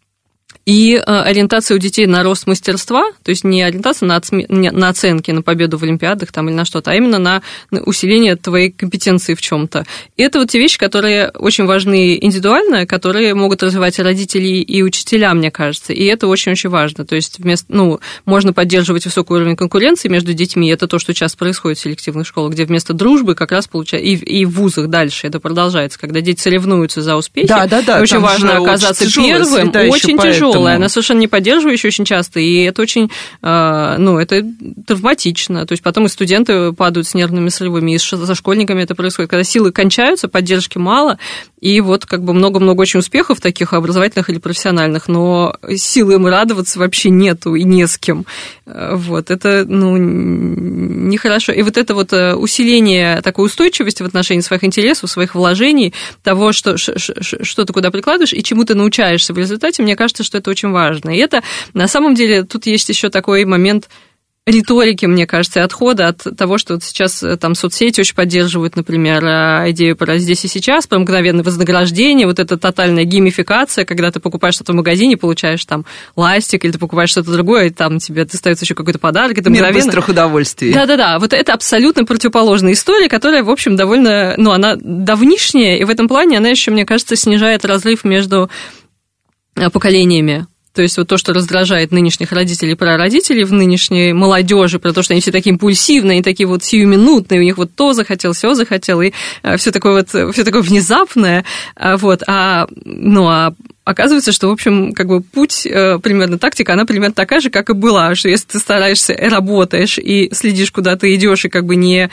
S3: И ориентация у детей на рост мастерства, то есть не ориентация на, отсме... на оценки, на победу в олимпиадах там, или на что-то, а именно на усиление твоей компетенции в чем-то. И это вот те вещи, которые очень важны индивидуально, которые могут развивать родители и учителя, мне кажется, и это очень-очень важно. То есть вместо, ну, можно поддерживать высокий уровень конкуренции между детьми, это то, что сейчас происходит в селективных школах, где вместо дружбы как раз получается, и, и в вузах дальше это продолжается, когда дети соревнуются за успехи. Да, да, да. Очень важно оказаться первым, очень тяжело. Она совершенно не поддерживающая очень часто, и это очень, ну, это травматично. То есть потом и студенты падают с нервными срывами, и со школьниками это происходит. Когда силы кончаются, поддержки мало, и вот как бы много-много очень успехов таких образовательных или профессиональных, но силы им радоваться вообще нету и не с кем. Вот, это, ну, нехорошо. И вот это вот усиление такой устойчивости в отношении своих интересов, своих вложений, того, что, что ты куда прикладываешь и чему ты научаешься в результате, мне кажется, что это очень важно. И это, на самом деле, тут есть еще такой момент риторики, мне кажется, и отхода от того, что вот сейчас там соцсети очень поддерживают, например, идею про здесь и сейчас, про мгновенное вознаграждение, вот эта тотальная геймификация, когда ты покупаешь что-то в магазине, получаешь там ластик, или ты покупаешь что-то другое, и там тебе достается еще какой-то подарок, это мгновенно.
S2: Мир быстрых удовольствий.
S3: Да-да-да, вот это абсолютно противоположная история, которая, в общем, довольно, ну, она давнишняя, и в этом плане она еще, мне кажется, снижает разрыв между поколениями. То есть вот то, что раздражает нынешних родителей и прародителей в нынешней молодежи, про то, что они все такие импульсивные, они такие вот сиюминутные, у них вот то захотел, все захотел, и все такое вот, все такое внезапное, вот, а, ну, а оказывается, что, в общем, как бы путь, примерно тактика, она примерно такая же, как и была, что если ты стараешься, работаешь и следишь, куда ты идешь, и как бы не,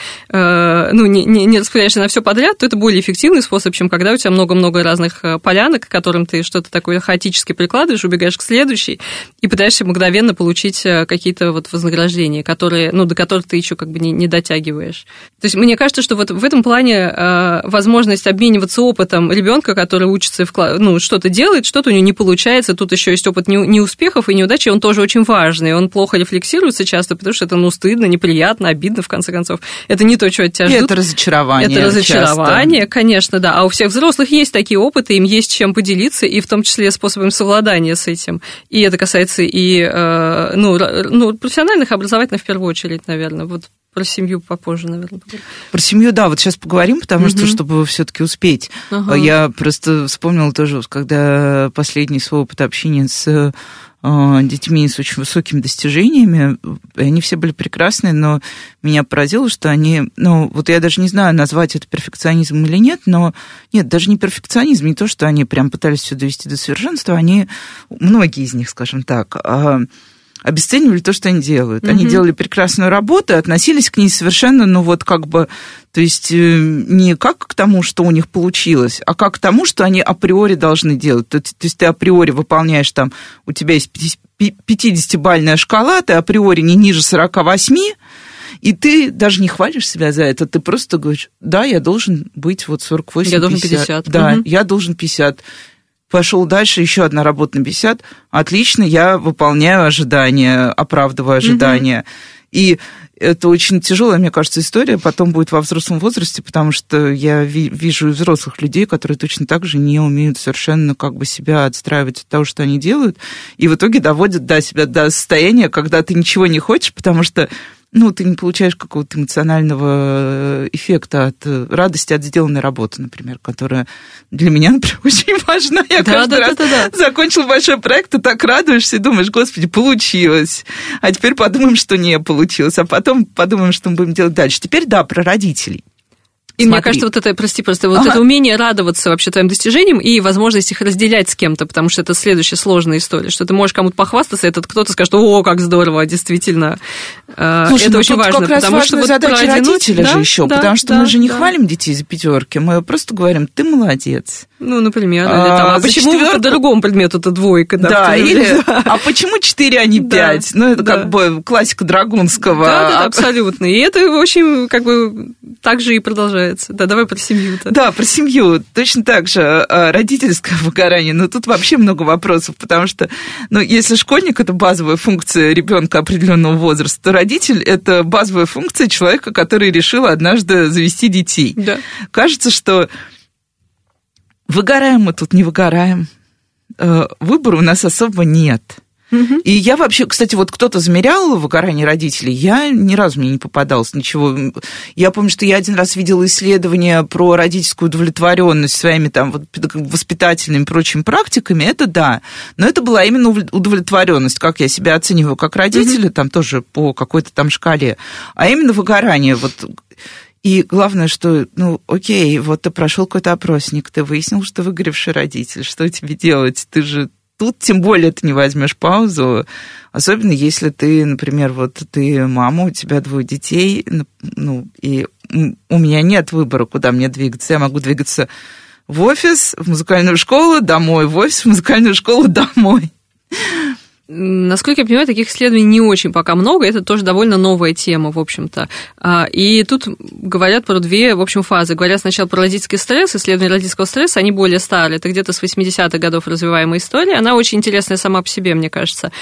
S3: ну, не, не, не распыляешься на все подряд, то это более эффективный способ, чем когда у тебя много-много разных полянок, к которым ты что-то такое хаотически прикладываешь, убегаешь к следующей и пытаешься мгновенно получить какие-то вот вознаграждения, которые, ну, до которых ты еще как бы не, не дотягиваешь. То есть мне кажется, что вот в этом плане возможность обмениваться опытом ребенка, который учится, ну, что-то делает, что-то у него не получается, тут еще есть опыт неуспехов и неудачи, он тоже очень важный, он плохо рефлексируется часто, потому что это, ну, стыдно, неприятно, обидно, в конце концов. Это не то, чего от тебя ждут.
S2: Это разочарование.
S3: Это разочарование, часто. Конечно, да. А у всех взрослых есть такие опыты, им есть чем поделиться, и в том числе способом совладания с этим. И это касается и, ну, ну профессиональных, образовательных в первую очередь, наверное, вот. Про семью попозже, наверное, поговорим.
S2: Про семью, да, вот сейчас поговорим, потому uh-huh. что, чтобы все-таки успеть. Uh-huh. Я просто вспомнила тоже, когда последний свой опыт общения с э, детьми с очень высокими достижениями, они все были прекрасные, но меня поразило, что они, ну, вот я даже не знаю, назвать это перфекционизмом или нет, но нет, даже не перфекционизм, не то, что они прям пытались все довести до совершенства, они, многие из них, скажем так, обесценивали то, что они делают. Они mm-hmm. делали прекрасную работу, относились к ней совершенно, ну вот как бы, то есть не как к тому, что у них получилось, а как к тому, что они априори должны делать. То, то есть ты априори выполняешь там, у тебя есть пятидесятибалльная шкала, ты априори не ниже сорок восемь, и ты даже не хвалишь себя за это, ты просто говоришь, да, я должен быть вот сорок восемь,
S3: я должен пятьдесят.
S2: Да,
S3: mm-hmm.
S2: я должен пятьдесят. Пошел дальше, еще одна работа на пятьдесят. Отлично, я выполняю ожидания, оправдываю ожидания. Mm-hmm. И это очень тяжелая, мне кажется, история потом будет во взрослом возрасте, потому что я ви- вижу и взрослых людей, которые точно так же не умеют совершенно как бы себя отстраивать от того, что они делают, и в итоге доводят до себя до состояния, когда ты ничего не хочешь, потому что ну, ты не получаешь какого-то эмоционального эффекта от радости от сделанной работы, например, которая для меня, например, очень важна. Я да, каждый да, раз да, да, да. закончил большой проект, ты так радуешься и думаешь, господи, получилось. А теперь подумаем, что не получилось, а потом подумаем, что мы будем делать дальше. Теперь, да, про родителей.
S3: И Смотри. Мне кажется, вот это, прости, просто вот ага. это умение радоваться вообще твоим достижениям и возможность их разделять с кем-то, потому что это следующая сложная история, что ты можешь кому-то похвастаться, этот кто-то скажет, о, как здорово, действительно.
S2: Слушай,
S3: это
S2: ну,
S3: очень важно,
S2: как раз
S3: потому что вот
S2: задача родителя
S3: да,
S2: же еще,
S3: да,
S2: потому что
S3: да,
S2: мы же не
S3: да.
S2: хвалим детей за пятерки, мы просто говорим, ты молодец.
S3: Ну, например, или, там, а, а почему четверку... по другому предмету это двойка? Да,
S2: да или а почему четыре, а не пять? Ну, это как бы классика Драгунского.
S3: Да, да, абсолютно. И это очень, как бы, так же и продолжается. Да, давай про семью-то.
S2: Да, про семью. Точно так же родительское выгорание. Но тут вообще много вопросов, потому что, ну, если школьник – это базовая функция ребенка определенного возраста, то родитель – это базовая функция человека, который решил однажды завести детей.
S3: Да.
S2: Кажется, что выгораем мы тут, не выгораем. Выбора у нас особо нет. Угу. И я вообще, кстати, вот кто-то замерял выгорание родителей, я ни разу мне не попадалось ничего. Я помню, что я один раз видела исследование про родительскую удовлетворенность своими там вот воспитательными и прочими практиками, это да, но это была именно удовлетворенность, как я себя оцениваю как родителя, угу. там тоже по какой-то там шкале, а именно выгорание, вот. И главное, что, ну, окей, вот ты прошел какой-то опросник, ты выяснил, что выгоревший родитель, что тебе делать? Ты же тут тем более ты не возьмешь паузу, особенно если ты, например, вот ты мама, у тебя двое детей, ну, и у меня нет выбора, куда мне двигаться. Я могу двигаться в офис, в музыкальную школу, домой, в офис, в музыкальную школу, домой.
S3: Насколько я понимаю, таких исследований не очень пока много, это тоже довольно новая тема, в общем-то. И тут говорят про две, в общем, фазы. Говорят сначала про родительский стресс, исследования родительского стресса, они более старые, это где-то с восьмидесятых годов развиваемая история, она очень интересная сама по себе, мне кажется.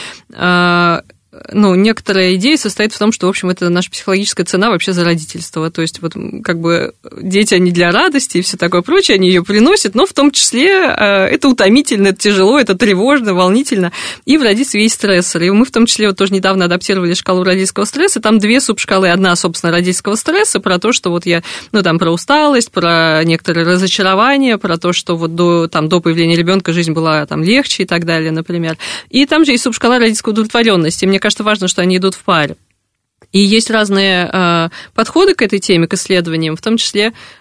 S3: Ну, некоторая идея состоит в том, что, в общем, это наша психологическая цена вообще за родительство. То есть, вот, как бы, дети, они для радости и все такое прочее, они ее приносят, но в том числе это утомительно, это тяжело, это тревожно, волнительно. И в родительстве есть стрессоры. И мы, в том числе, вот тоже недавно адаптировали шкалу родительского стресса. Там две субшкалы. Одна, собственно, родительского стресса, про то, что вот я, ну, там, про усталость, про некоторые разочарования, про то, что вот до, там, до появления ребенка жизнь была там легче и так далее, например. И там же есть субшкала родительской удовлетворенности. Мне кажется, важно, что они идут в паре. И есть разные э, подходы к этой теме, к исследованиям, в том числе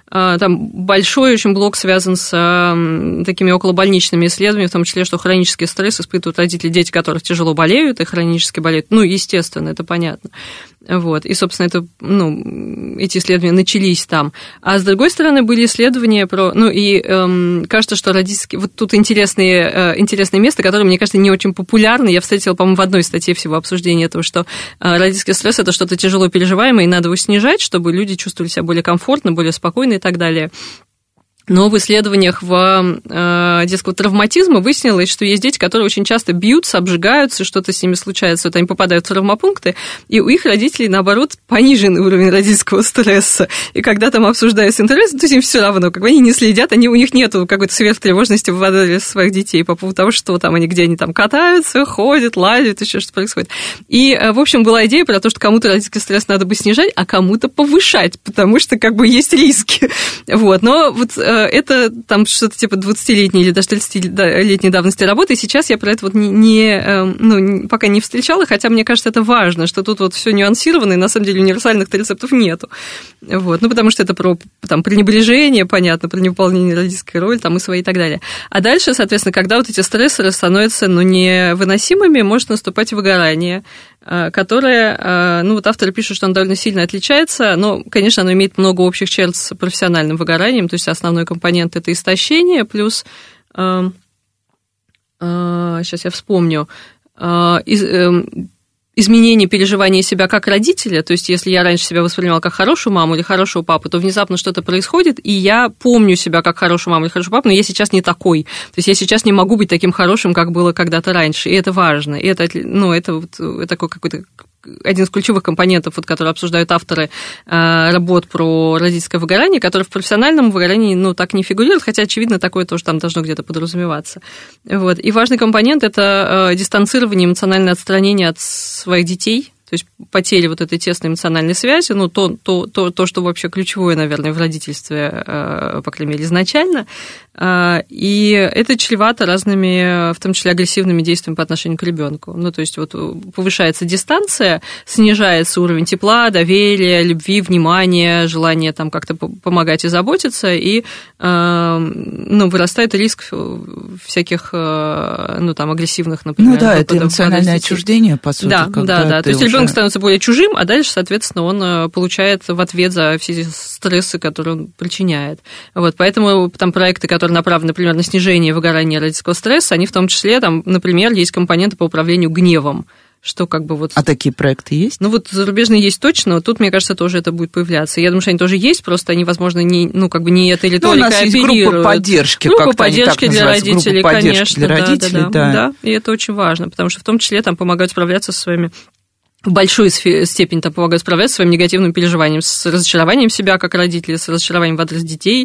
S3: Там большой очень блок связан с такими околобольничными исследованиями, в том числе, что хронический стресс испытывают родители, дети, которые тяжело болеют и хронически болеют. Ну, естественно, это понятно. Вот. И, собственно, это, ну, эти исследования начались там. А с другой стороны, были исследования про... Ну, и эм, кажется, что родительские... Вот тут интересные, э, интересное место, которое, мне кажется, не очень популярно. Я встретила, по-моему, в одной статье всего обсуждения этого, что э, родительский стресс – это что-то тяжело переживаемое, и надо его снижать, чтобы люди чувствовали себя более комфортно, более спокойно и так далее. Но в исследованиях в э, детского травматизма выяснилось, что есть дети, которые очень часто бьются, обжигаются, что-то с ними случается, вот они попадают в травмопункты, и у их родителей, наоборот, пониженный уровень родительского стресса. И когда там обсуждается интерес, то есть им все равно, как бы они не следят, они, у них нет какой-то сверхтревожности в адрес своих детей по поводу того, что там они, где они там катаются, ходят, лазят, еще что происходит. И, в общем, была идея про то, что кому-то родительский стресс надо бы снижать, а кому-то повышать, потому что как бы есть риски. Вот. Но вот это там что-то типа двадцатилетней или даже тридцатилетней давности работы, и сейчас я про это вот не, не, ну, пока не встречала, хотя мне кажется, это важно, что тут вот все нюансировано, и на самом деле универсальных рецептов нету. Вот. Ну, потому что это про там, пренебрежение, понятно, про невыполнение родительской роли, там, и свои и так далее. А дальше, соответственно, когда вот эти стрессоры становятся, ну, невыносимыми, может наступать выгорание, которое, ну, вот авторы пишут, что оно довольно сильно отличается, но, конечно, оно имеет много общих черт с профессиональным выгоранием, то есть основной компонент – это истощение, плюс, э, э, сейчас я вспомню, э, из, э, изменение переживания себя как родителя, то есть если я раньше себя воспринимала как хорошую маму или хорошего папу, то внезапно что-то происходит, и я помню себя как хорошую маму или хорошего папу, но я сейчас не такой, то есть я сейчас не могу быть таким хорошим, как было когда-то раньше, и это важно, и это, ну, это, вот, это такой какой-то один из ключевых компонентов, вот, которые обсуждают авторы э, работ про родительское выгорание, которое в профессиональном выгорании, ну, так не фигурирует, хотя, очевидно, такое тоже там должно где-то подразумеваться. Вот. И важный компонент – это э, дистанцирование, эмоциональное отстранение от своих детей, то есть потеря вот этой тесной эмоциональной связи, ну, то, то, то, то что вообще ключевое, наверное, в родительстве, э, по крайней мере, изначально. Э, и это чревато разными, в том числе агрессивными действиями по отношению к ребенку. Ну, то есть вот повышается дистанция, снижается уровень тепла, доверия, любви, внимания, желания там как-то помогать и заботиться, и, э, ну, вырастает риск всяких, э, ну, там, агрессивных, например.
S2: Ну, да, это эмоциональное отчуждение, по сути.
S3: Да, да, да. То есть ребенок становится более чужим, а дальше, соответственно, он получает в ответ за все эти стрессы, которые он причиняет. Вот, поэтому там проекты, которые направлены, например, на снижение выгорания родительского стресса, они в том числе, там, например, есть компоненты по управлению гневом. Что как бы вот...
S2: А такие проекты есть?
S3: Ну, вот зарубежные есть точно, вот тут, мне кажется, тоже это будет появляться. Я думаю, что они тоже есть, просто они, возможно, не, ну, как бы не этой риторикой оперируют. Ну, у нас есть группа
S2: поддержки,
S3: группа поддержки для родителей,
S2: группа
S3: конечно,
S2: для родителей,
S3: да, да, да, да, и это очень важно, потому что в том числе там помогают справляться со своими в большой степени там помогают справляться с своим негативным переживанием, с разочарованием себя как родители, с разочарованием в адрес детей,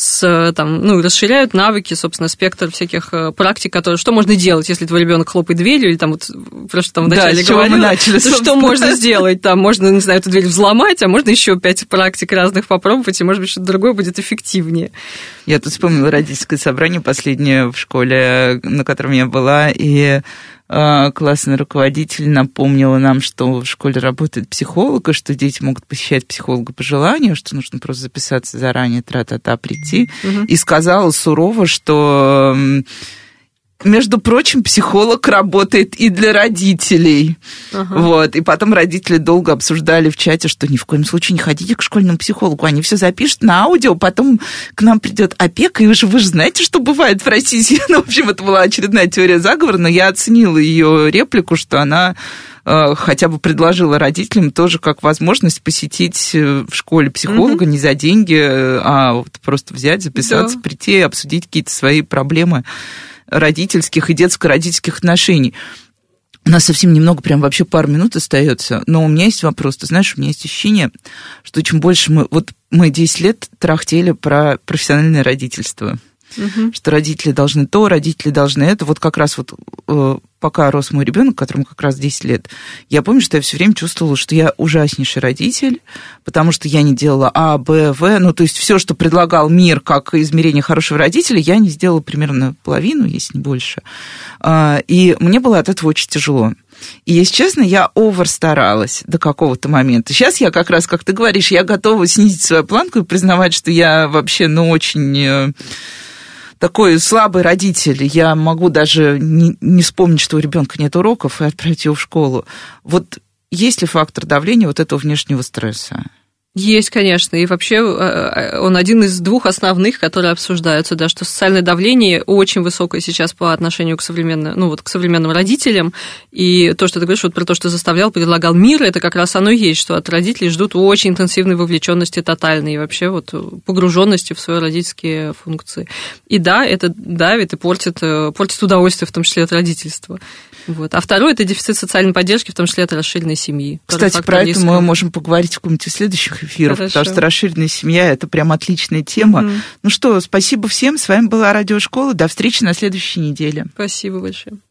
S3: с, там, ну, расширяют навыки, собственно, спектр всяких практик, которые, что можно делать, если твой ребенок хлопает дверью, или там, вот, просто там вначале
S2: да,
S3: говорила,
S2: начали,
S3: то что можно сделать, там, можно, не знаю, эту дверь взломать, а можно еще пять практик разных попробовать, и, может быть, что-то другое будет эффективнее.
S2: Я тут вспомнила родительское собрание последнее в школе, на котором я была, и классный руководитель напомнила нам, что в школе работает психолог, и что дети могут посещать психолога по желанию, что нужно просто записаться заранее, тра-та-та, прийти. Угу. И сказала сурово, что, между прочим, психолог работает и для родителей. Ага. Вот. И потом родители долго обсуждали в чате, что ни в коем случае не ходите к школьному психологу. Они все запишут на аудио, потом к нам придет опека, и вы же, вы же знаете, что бывает в России. Ну, в общем, это была очередная теория заговора, но я оценила ее реплику, что она э, хотя бы предложила родителям тоже как возможность посетить в школе психолога, mm-hmm. не за деньги, а вот просто взять, записаться, да. прийти и обсудить какие-то свои проблемы родительских и детско-родительских отношений. У нас совсем немного, прям вообще пару минут остается, но у меня есть вопрос. Ты знаешь, у меня есть ощущение, что чем больше мы... Вот мы десять лет трахтели про профессиональное родительство. Угу. Что родители должны то, родители должны это. Вот как раз вот э, пока рос мой ребенок, которому как раз десять лет, я помню, что я все время чувствовала, что я ужаснейший родитель, потому что я не делала А, Б, В. Ну, то есть все, что предлагал мир как измерение хорошего родителя, я не сделала примерно половину, если не больше. Э, и мне было от этого очень тяжело. И, если честно, я овер старалась до какого-то момента. Сейчас я как раз, как ты говоришь, я готова снизить свою планку и признавать, что я вообще, ну, очень такой слабый родитель. Я могу даже не, не вспомнить, что у ребенка нет уроков, и отправить его в школу. Вот есть ли фактор давления вот этого внешнего стресса?
S3: Есть, конечно, и вообще он один из двух основных, которые обсуждаются, да, что социальное давление очень высокое сейчас по отношению к современным, ну, вот, к современным родителям, и то, что ты говоришь, вот про то, что заставлял, предлагал мир, это как раз оно и есть, что от родителей ждут очень интенсивной вовлеченности тотальной и вообще вот погруженности в свои родительские функции. И да, это давит и портит, портит удовольствие, в том числе от родительства. Вот. А второе – это дефицит социальной поддержки, в том числе от расширенной семьи.
S2: Кстати, про это мы можем поговорить в каком-нибудь из следующих эфиров, Хорошо. Потому что расширенная семья – это прям отличная тема. Mm-hmm. Ну что, спасибо всем. С вами была Радиошкола. До встречи на следующей неделе.
S3: Спасибо большое.